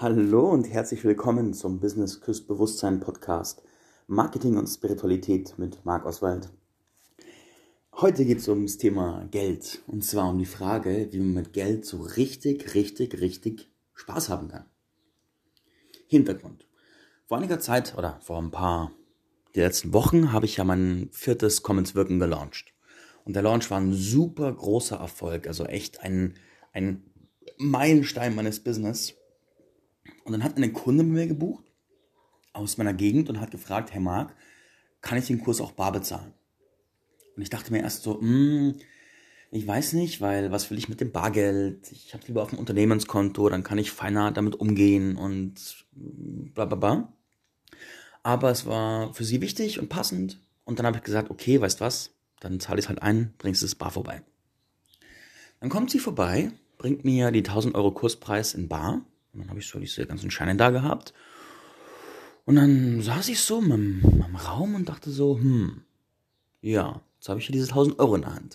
Hallo und herzlich willkommen zum Business Küsst Bewusstsein Podcast Marketing und Spiritualität mit Marc Oswald. Heute geht es ums Thema Geld und zwar um die Frage, wie man mit Geld so richtig Spaß haben kann. Hintergrund. Vor einiger Zeit oder die letzten Wochen habe ich ja mein 4. Komm ins Wirken gelauncht. Und der Launch war ein super großer Erfolg, also echt ein Meilenstein meines Business. Und dann hat eine Kunde mit mir gebucht aus meiner Gegend und hat gefragt, hey Marc, kann ich den Kurs auch bar bezahlen? Und ich dachte mir erst so, ich weiß nicht, weil was will ich mit dem Bargeld? Ich habe es lieber auf dem Unternehmenskonto, dann kann ich feiner damit umgehen und bla bla bla. Aber es war für sie wichtig und passend. Und dann habe ich gesagt, okay, weißt was, dann zahle ich es halt ein, bringst es bar vorbei. Dann kommt sie vorbei, bringt mir die 1.000 Euro Kurspreis in bar. Und dann habe ich so diese ganzen Scheine da gehabt. Und dann saß ich so in meinem Raum und dachte so, ja, jetzt habe ich hier diese 1.000 Euro in der Hand.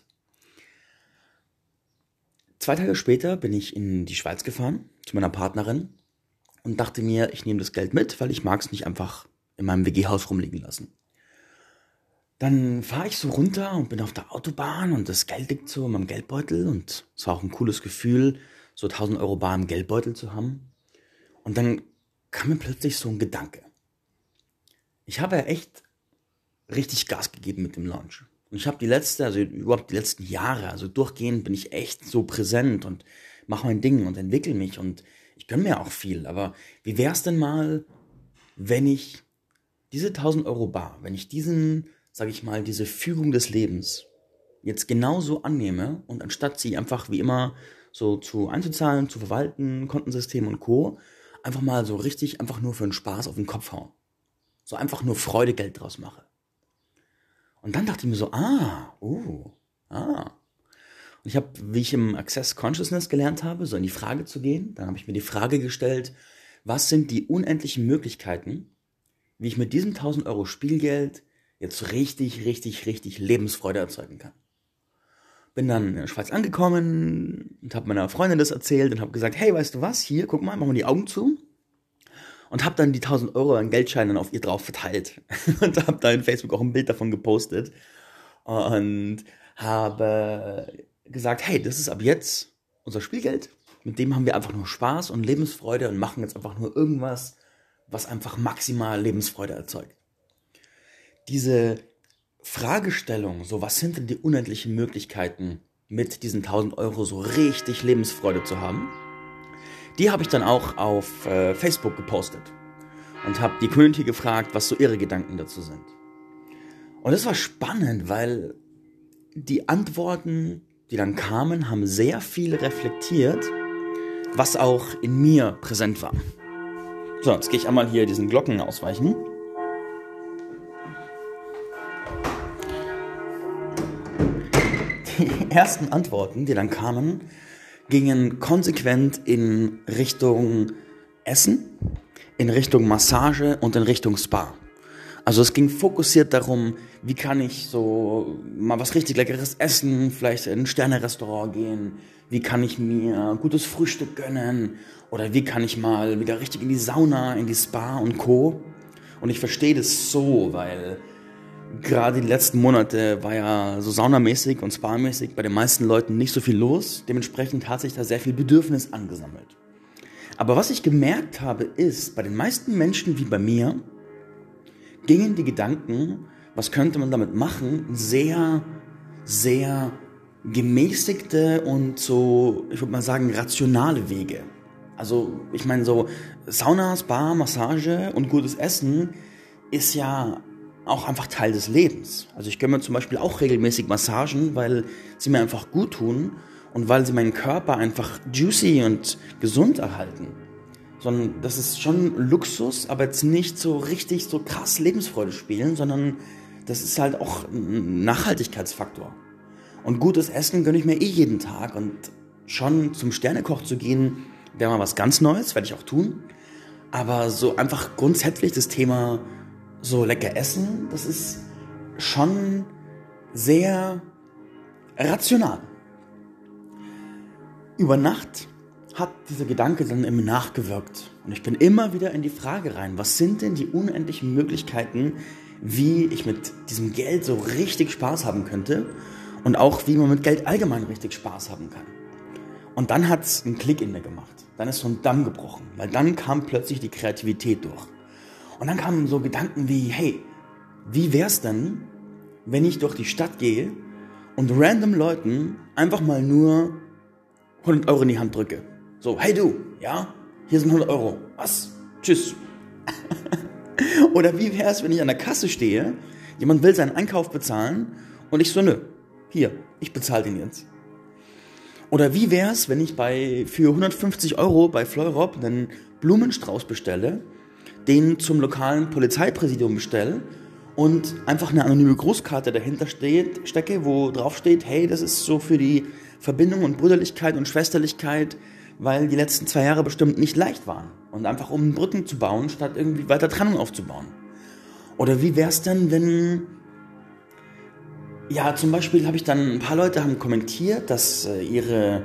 2 Tage später bin ich in die Schweiz gefahren, zu meiner Partnerin. Und dachte mir, ich nehme das Geld mit, weil ich mag es nicht einfach in meinem WG-Haus rumliegen lassen. Dann fahre ich so runter und bin auf der Autobahn und das Geld liegt so in meinem Geldbeutel. Und es war auch ein cooles Gefühl, so 1.000 Euro bar im Geldbeutel zu haben. Und dann kam mir plötzlich so ein Gedanke. Ich habe ja echt richtig Gas gegeben mit dem Launch. Und ich habe die letzten Jahre, also durchgehend bin ich echt so präsent und mache mein Ding und entwickle mich und ich gönne mir auch viel. Aber wie wär's denn mal, wenn ich diese 1.000 Euro bar, wenn ich diese Fügung des Lebens jetzt genauso annehme und anstatt sie einfach wie immer so einzuzahlen, zu verwalten, Kontensystem und Co., einfach mal so richtig, einfach nur für den Spaß auf den Kopf hauen. So einfach nur Freudegeld draus mache. Und dann dachte ich mir so, Und ich habe, wie ich im Access Consciousness gelernt habe, so in die Frage zu gehen, dann habe ich mir die Frage gestellt, was sind die unendlichen Möglichkeiten, wie ich mit diesem 1.000 Euro Spielgeld jetzt richtig Lebensfreude erzeugen kann. Bin dann in der Schweiz angekommen und habe meiner Freundin das erzählt und habe gesagt, hey, weißt du was, hier, guck mal, machen wir die Augen zu. Und habe dann die 1.000 Euro an Geldscheinen auf ihr drauf verteilt. Und habe da in Facebook auch ein Bild davon gepostet. Und habe gesagt, hey, das ist ab jetzt unser Spielgeld. Mit dem haben wir einfach nur Spaß und Lebensfreude und machen jetzt einfach nur irgendwas, was einfach maximal Lebensfreude erzeugt. Diese Fragestellung, so was sind denn die unendlichen Möglichkeiten, mit diesen 1.000 Euro so richtig Lebensfreude zu haben, die habe ich dann auch auf Facebook gepostet und habe die Community gefragt, was so ihre Gedanken dazu sind. Und das war spannend, weil die Antworten, die dann kamen, haben sehr viel reflektiert, was auch in mir präsent war. So, jetzt gehe ich einmal hier diesen Glocken ausweichen. Die ersten Antworten, die dann kamen, gingen konsequent in Richtung Essen, in Richtung Massage und in Richtung Spa. Also es ging fokussiert darum, wie kann ich so mal was richtig Leckeres essen, vielleicht in ein Sterne-Restaurant gehen, wie kann ich mir gutes Frühstück gönnen oder wie kann ich mal wieder richtig in die Sauna, in die Spa und Co. Und ich verstehe das so, weil gerade die letzten Monate war ja so saunamäßig und spa-mäßig bei den meisten Leuten nicht so viel los. Dementsprechend hat sich da sehr viel Bedürfnis angesammelt. Aber was ich gemerkt habe ist, bei den meisten Menschen wie bei mir, gingen die Gedanken, was könnte man damit machen, sehr gemäßigte und so, ich würde mal sagen, rationale Wege. Also ich meine so Sauna, Spa, Massage und gutes Essen ist ja auch einfach Teil des Lebens. Also ich gönne mir zum Beispiel auch regelmäßig Massagen, weil sie mir einfach gut tun und weil sie meinen Körper einfach juicy und gesund erhalten. Sondern das ist schon Luxus, aber jetzt nicht so richtig so krass Lebensfreude spielen, sondern das ist halt auch ein Nachhaltigkeitsfaktor. Und gutes Essen gönne ich mir jeden Tag und schon zum Sternekoch zu gehen, wäre mal was ganz Neues, werde ich auch tun. Aber so einfach grundsätzlich das Thema so lecker essen, das ist schon sehr rational. Über Nacht hat dieser Gedanke dann in mir nachgewirkt. Und ich bin immer wieder in die Frage rein, was sind denn die unendlichen Möglichkeiten, wie ich mit diesem Geld so richtig Spaß haben könnte und auch wie man mit Geld allgemein richtig Spaß haben kann. Und dann hat es einen Klick in mir gemacht. Dann ist so ein Damm gebrochen, weil dann kam plötzlich die Kreativität durch. Und dann kamen so Gedanken wie, hey, wie wär's denn, wenn ich durch die Stadt gehe und random Leuten einfach mal nur 100 Euro in die Hand drücke. So, hey du, ja, hier sind 100 Euro. Was? Tschüss. Oder wie wär's, wenn ich an der Kasse stehe, jemand will seinen Einkauf bezahlen und ich so, nö, hier, ich bezahle den jetzt. Oder wie wär's, wenn ich für 150 Euro bei Fleurop einen Blumenstrauß bestelle, den zum lokalen Polizeipräsidium bestelle und einfach eine anonyme Grußkarte dahinter stecke, wo drauf steht, hey, das ist so für die Verbindung und Brüderlichkeit und Schwesterlichkeit, weil die letzten 2 Jahre bestimmt nicht leicht waren. Und einfach um Brücken zu bauen, statt irgendwie weiter Trennung aufzubauen. Oder wie wär's denn, wenn... Ja, zum Beispiel habe ich dann, ein paar Leute haben kommentiert, dass ihre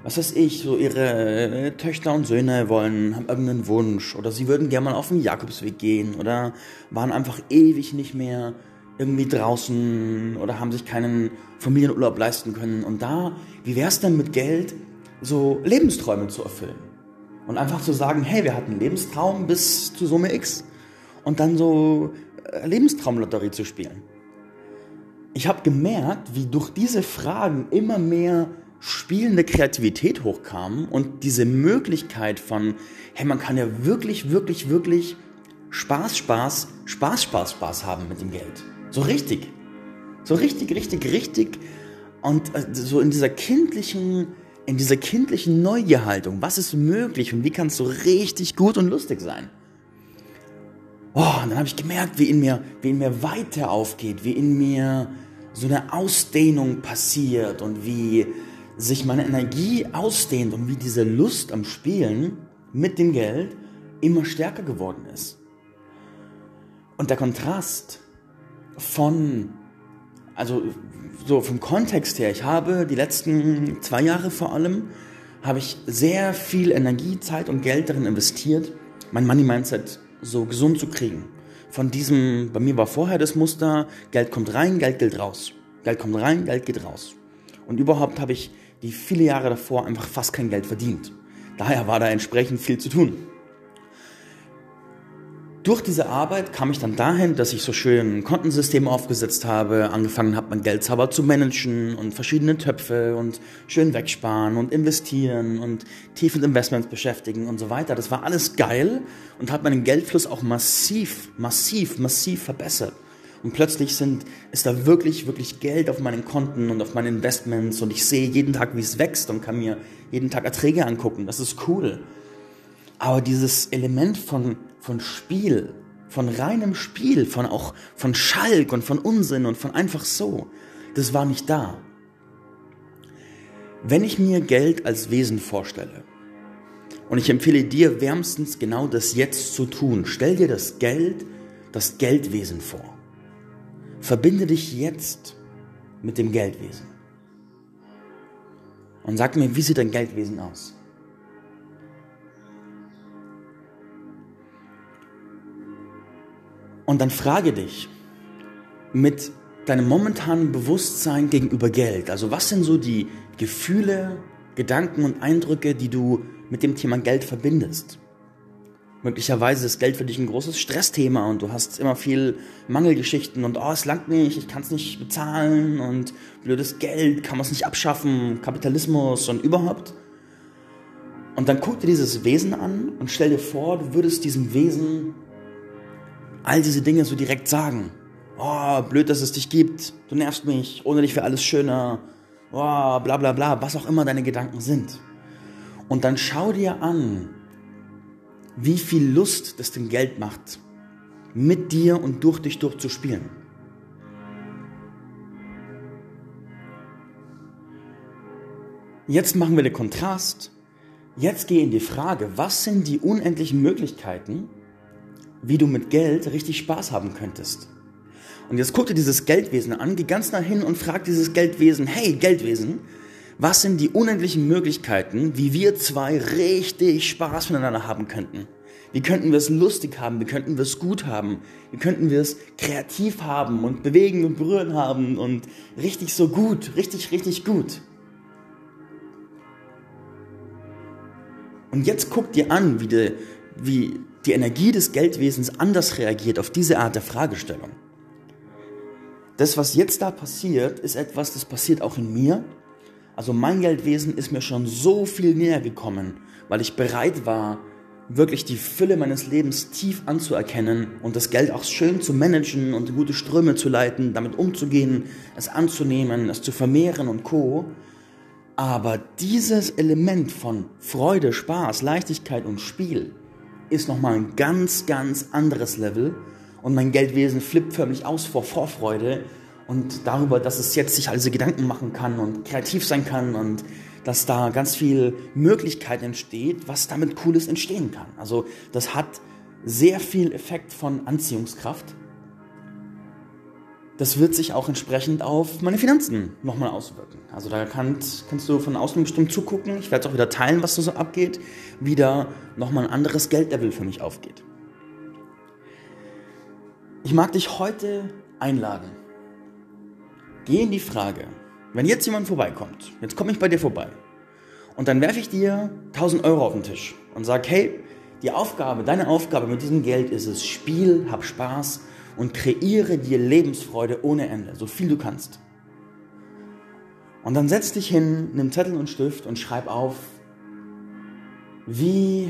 Töchter und Söhne haben irgendeinen Wunsch oder sie würden gerne mal auf den Jakobsweg gehen oder waren einfach ewig nicht mehr irgendwie draußen oder haben sich keinen Familienurlaub leisten können. Und da, wie wär's denn mit Geld, so Lebensträume zu erfüllen? Und einfach zu sagen, hey, wir hatten einen Lebenstraum bis zu Summe X und dann so Lebenstraumlotterie zu spielen. Ich habe gemerkt, wie durch diese Fragen immer mehr spielende Kreativität hochkam und diese Möglichkeit von, hey, man kann ja wirklich, wirklich, wirklich Spaß haben mit dem Geld. So richtig. So richtig. Und so in dieser kindlichen Neugierhaltung. Was ist möglich und wie kann es so richtig gut und lustig sein? Oh, und dann habe ich gemerkt, wie in mir Weite aufgeht, wie in mir so eine Ausdehnung passiert und wie sich meine Energie ausdehnt und wie diese Lust am Spielen mit dem Geld immer stärker geworden ist. Und der Kontrast vom Kontext her, ich habe die letzten 2 Jahre vor allem, habe ich sehr viel Energie, Zeit und Geld darin investiert, mein Money-Mindset so gesund zu kriegen. Bei mir war vorher das Muster, Geld kommt rein, Geld geht raus. Geld kommt rein, Geld geht raus. Und überhaupt habe ich die viele Jahre davor einfach fast kein Geld verdient. Daher war da entsprechend viel zu tun. Durch diese Arbeit kam ich dann dahin, dass ich so schön ein Kontensystem aufgesetzt habe, angefangen habe, mein Geld sauber zu managen und verschiedene Töpfe und schön wegsparen und investieren und tief mit Investments beschäftigen und so weiter. Das war alles geil und hat meinen Geldfluss auch massiv verbessert. Und plötzlich ist da wirklich, wirklich Geld auf meinen Konten und auf meinen Investments und ich sehe jeden Tag, wie es wächst und kann mir jeden Tag Erträge angucken. Das ist cool. Aber dieses Element von Spiel, von reinem Spiel, von Schalk und von Unsinn und von einfach so, das war nicht da. Wenn ich mir Geld als Wesen vorstelle, und ich empfehle dir wärmstens genau das jetzt zu tun, stell dir das Geldwesen vor. Verbinde dich jetzt mit dem Geldwesen. Und sag mir, wie sieht dein Geldwesen aus? Und dann frage dich mit deinem momentanen Bewusstsein gegenüber Geld, also was sind so die Gefühle, Gedanken und Eindrücke, die du mit dem Thema Geld verbindest? Möglicherweise ist Geld für dich ein großes Stressthema und du hast immer viel Mangelgeschichten und es langt nicht, ich kann es nicht bezahlen und blödes Geld, kann man es nicht abschaffen, Kapitalismus und überhaupt. Und dann guck dir dieses Wesen an und stell dir vor, du würdest diesem Wesen all diese Dinge so direkt sagen. Oh, blöd, dass es dich gibt, du nervst mich, ohne dich wäre alles schöner, oh, bla bla bla, was auch immer deine Gedanken sind. Und dann schau dir an, wie viel Lust das dem Geld macht, mit dir und durch dich durchzuspielen. Jetzt machen wir den Kontrast. Jetzt geh in die Frage, was sind die unendlichen Möglichkeiten, wie du mit Geld richtig Spaß haben könntest. Und jetzt guck dir dieses Geldwesen an, geh ganz nah hin und frag dieses Geldwesen, hey Geldwesen, Was sind die unendlichen Möglichkeiten, wie wir zwei richtig Spaß miteinander haben könnten? Wie könnten wir es lustig haben? Wie könnten wir es gut haben? Wie könnten wir es kreativ haben und bewegen und berühren haben und richtig so gut, richtig gut? Und jetzt guck dir an, wie die Energie des Geldwesens anders reagiert auf diese Art der Fragestellung. Das, was jetzt da passiert, ist etwas, das passiert auch in mir. Also mein Geldwesen ist mir schon so viel näher gekommen, weil ich bereit war, wirklich die Fülle meines Lebens tief anzuerkennen und das Geld auch schön zu managen und in gute Ströme zu leiten, damit umzugehen, es anzunehmen, es zu vermehren und Co. Aber dieses Element von Freude, Spaß, Leichtigkeit und Spiel ist nochmal ein ganz anderes Level und mein Geldwesen flippt förmlich aus vor Vorfreude und darüber, dass es jetzt sich diese Gedanken machen kann und kreativ sein kann und dass da ganz viel Möglichkeit entsteht, was damit Cooles entstehen kann. Also das hat sehr viel Effekt von Anziehungskraft. Das wird sich auch entsprechend auf meine Finanzen nochmal auswirken. Also da kannst du von außen bestimmt zugucken. Ich werde es auch wieder teilen, was da so abgeht. Wieder nochmal ein anderes Geldlevel für mich aufgeht. Ich mag dich heute einladen. Geh in die Frage, wenn jetzt jemand vorbeikommt, jetzt komme ich bei dir vorbei und dann werfe ich dir 1.000 Euro auf den Tisch und sage, hey, deine Aufgabe mit diesem Geld ist es, spiel, hab Spaß und kreiere dir Lebensfreude ohne Ende, so viel du kannst. Und dann setz dich hin, nimm Zettel und Stift und schreib auf, wie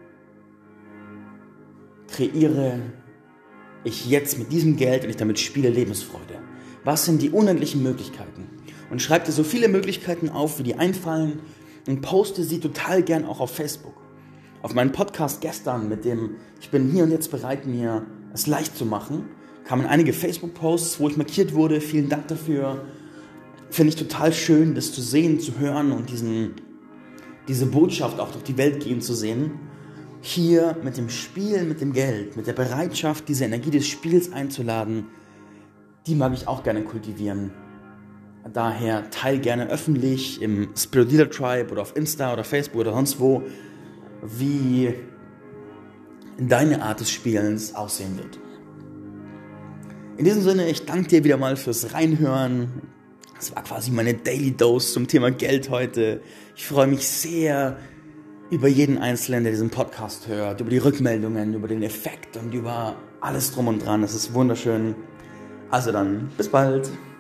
kreiere ich jetzt mit diesem Geld, wenn ich damit spiele, Lebensfreude. Was sind die unendlichen Möglichkeiten? Und schreib dir so viele Möglichkeiten auf, wie dir einfallen und poste sie total gern auch auf Facebook. Auf meinen Podcast gestern mit dem Ich bin hier und jetzt bereit, mir es leicht zu machen, kamen einige Facebook-Posts, wo ich markiert wurde. Vielen Dank dafür. Finde ich total schön, das zu sehen, zu hören und diese Botschaft auch durch die Welt gehen zu sehen. Hier mit dem Spiel, mit dem Geld, mit der Bereitschaft, diese Energie des Spiels einzuladen, die mag ich auch gerne kultivieren. Daher teil gerne öffentlich im Spirit Leader Tribe oder auf Insta oder Facebook oder sonst wo, wie deine Art des Spielens aussehen wird. In diesem Sinne, ich danke dir wieder mal fürs Reinhören. Das war quasi meine Daily Dose zum Thema Geld heute. Ich freue mich sehr über jeden Einzelnen, der diesen Podcast hört, über die Rückmeldungen, über den Effekt und über alles drum und dran. Das ist wunderschön. Also dann, bis bald.